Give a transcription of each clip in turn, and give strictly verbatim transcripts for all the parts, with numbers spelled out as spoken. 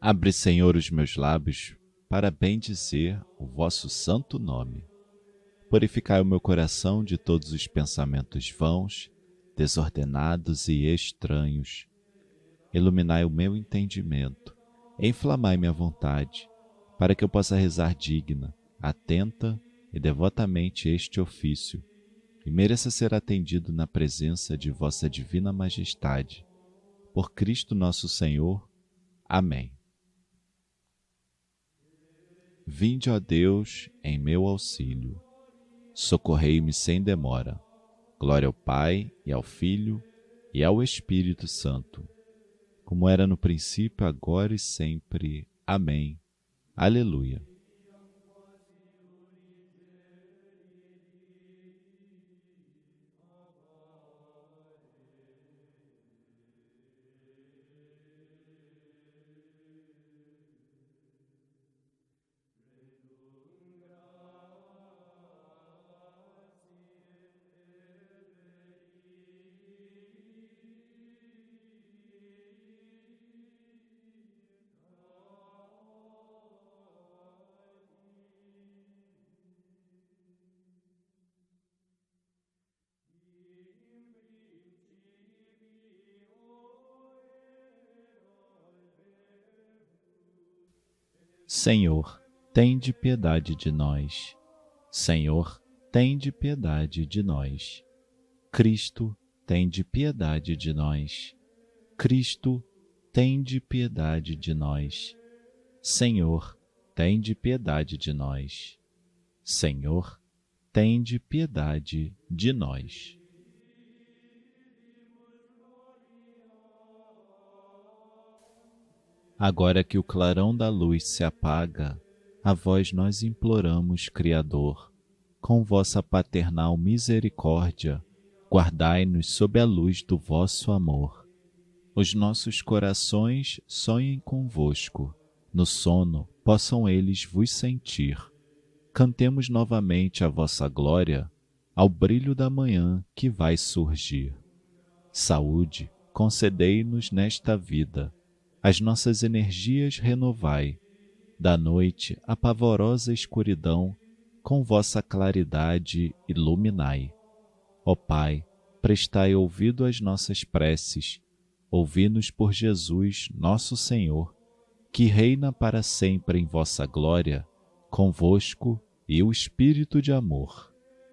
Abre, Senhor, os meus lábios, para bendizer o vosso santo nome. Purificai o meu coração de todos os pensamentos vãos, desordenados e estranhos. Iluminai o meu entendimento, inflamai minha vontade, para que eu possa rezar digna, atenta e devotamente este ofício, e mereça ser atendido na presença de vossa divina majestade. Por Cristo nosso Senhor. Amém. Vinde, ó Deus, em meu auxílio. Socorrei-me sem demora. Glória ao Pai, e ao Filho, e ao Espírito Santo, como era no princípio, agora e sempre. Amém. Aleluia. Senhor, tende piedade de nós. Senhor, tende piedade de nós. Cristo, tende piedade de nós. Cristo, tende piedade de nós. Senhor, tende piedade de nós. Senhor, tende piedade de nós. Agora que o clarão da luz se apaga, a vós nós imploramos, Criador, com vossa paternal misericórdia, guardai-nos sob a luz do vosso amor. Os nossos corações sonhem convosco, no sono possam eles vos sentir. Cantemos novamente a vossa glória, ao brilho da manhã que vai surgir. Saúde, concedei-nos nesta vida, as nossas energias renovai, da noite a pavorosa escuridão, com vossa claridade iluminai. Ó Pai, prestai ouvido às nossas preces, ouvi-nos por Jesus, nosso Senhor, que reina para sempre em vossa glória, convosco e o Espírito de amor.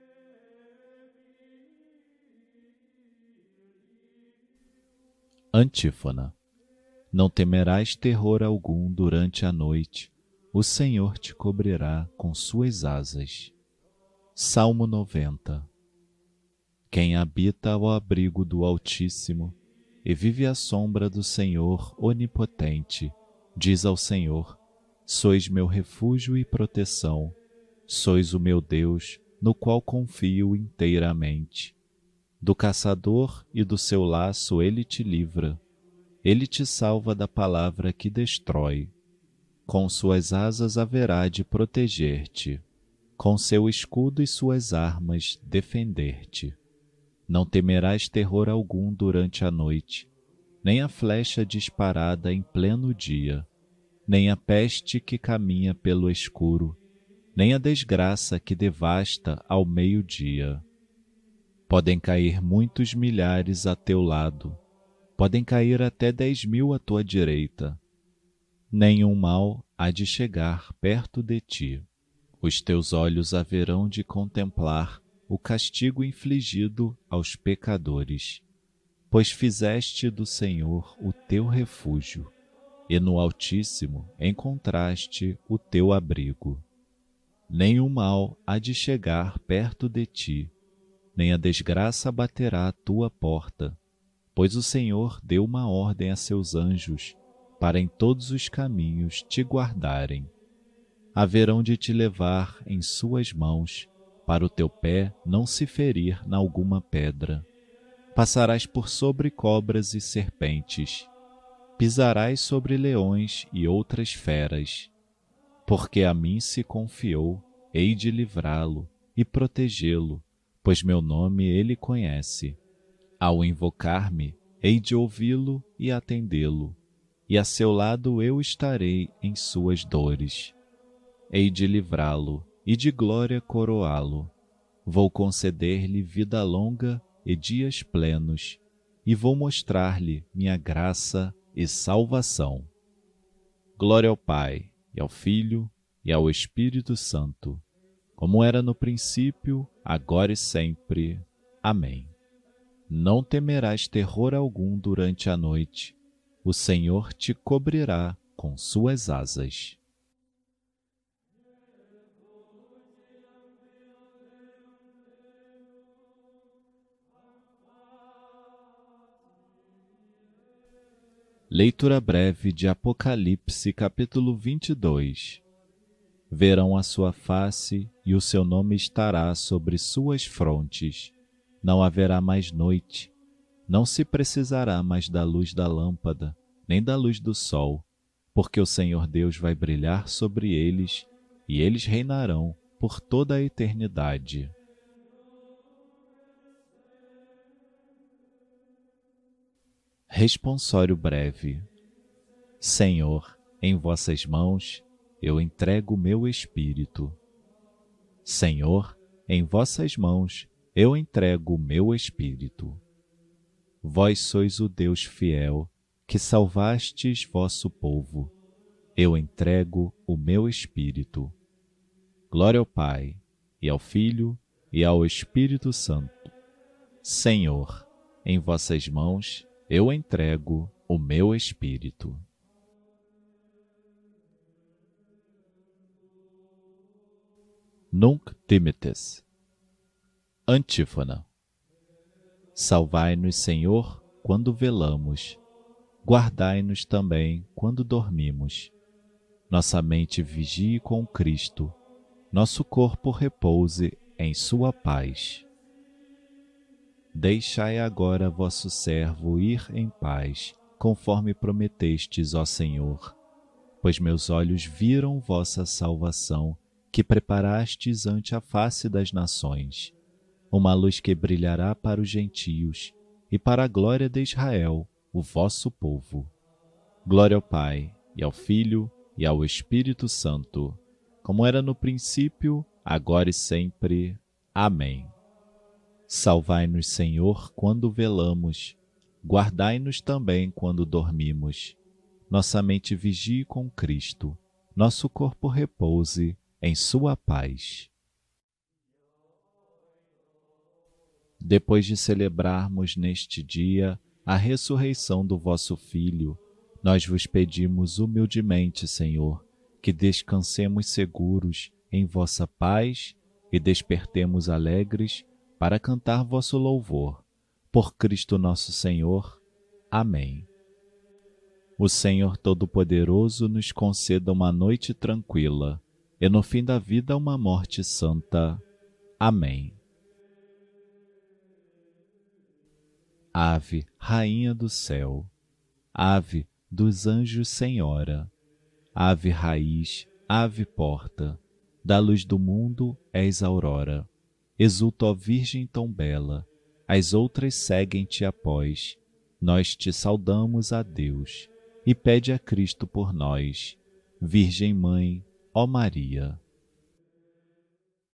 Antífona. Não temerás terror algum durante a noite, o Senhor te cobrirá com suas asas. Salmo noventa. Quem habita ao abrigo do Altíssimo e vive à sombra do Senhor onipotente, diz ao Senhor: sois meu refúgio e proteção, sois o meu Deus, no qual confio inteiramente. Do caçador e do seu laço ele te livra. Ele te salva da palavra que destrói. Com suas asas haverá de proteger-te, com seu escudo e suas armas defender-te. Não temerás terror algum durante a noite, nem a flecha disparada em pleno dia, nem a peste que caminha pelo escuro, nem a desgraça que devasta ao meio-dia. Podem cair muitos milhares a teu lado, podem cair até dez mil à tua direita. Nenhum mal há de chegar perto de ti. Os teus olhos haverão de contemplar o castigo infligido aos pecadores, pois fizeste do Senhor o teu refúgio, e no Altíssimo encontraste o teu abrigo. Nenhum mal há de chegar perto de ti, nem a desgraça baterá à tua porta, pois o Senhor deu uma ordem a seus anjos, para em todos os caminhos te guardarem. Haverão de te levar em suas mãos, para o teu pé não se ferir na alguma pedra. Passarás por sobre cobras e serpentes, pisarás sobre leões e outras feras. Porque a mim se confiou, hei de livrá-lo e protegê-lo, pois meu nome ele conhece. Ao invocar-me, hei de ouvi-lo e atendê-lo, e a seu lado eu estarei em suas dores. Hei de livrá-lo e de glória coroá-lo. Vou conceder-lhe vida longa e dias plenos, e vou mostrar-lhe minha graça e salvação. Glória ao Pai, e ao Filho, e ao Espírito Santo, como era no princípio, agora e sempre. Amém. Não temerás terror algum durante a noite. O Senhor te cobrirá com suas asas. Leitura breve de Apocalipse, capítulo vinte e dois. Verão a sua face, e o seu nome estará sobre suas frontes. Não haverá mais noite. Não se precisará mais da luz da lâmpada, nem da luz do sol, porque o Senhor Deus vai brilhar sobre eles, e eles reinarão por toda a eternidade. Responsório breve. Senhor, em vossas mãos eu entrego o meu espírito. Senhor, em vossas mãos eu entrego o meu espírito. Vós sois o Deus fiel, que salvastes vosso povo. Eu entrego o meu espírito. Glória ao Pai, e ao Filho, e ao Espírito Santo. Senhor, em vossas mãos eu entrego o meu espírito. Nunc dimittis. Antífona. Salvai-nos, Senhor, quando velamos. Guardai-nos também quando dormimos. Nossa mente vigie com Cristo. Nosso corpo repouse em sua paz. Deixai agora vosso servo ir em paz, conforme prometestes, ó Senhor. Pois meus olhos viram vossa salvação, que preparastes ante a face das nações, uma luz que brilhará para os gentios e para a glória de Israel, o vosso povo. Glória ao Pai, e ao Filho, e ao Espírito Santo, como era no princípio, agora e sempre. Amém. Salvai-nos, Senhor, quando velamos. Guardai-nos também quando dormimos. Nossa mente vigie com Cristo. Nosso corpo repouse em sua paz. Depois de celebrarmos neste dia a ressurreição do vosso Filho, nós vos pedimos humildemente, Senhor, que descansemos seguros em vossa paz e despertemos alegres para cantar vosso louvor. Por Cristo nosso Senhor. Amém. O Senhor Todo-Poderoso nos conceda uma noite tranquila e no fim da vida uma morte santa. Amém. Ave, Rainha do céu, Ave dos anjos Senhora, Ave raiz, Ave porta, da luz do mundo és aurora. Exulta, ó Virgem tão bela, as outras seguem-te após. Nós te saudamos, a Deus, e pede a Cristo por nós. Virgem Mãe, ó Maria.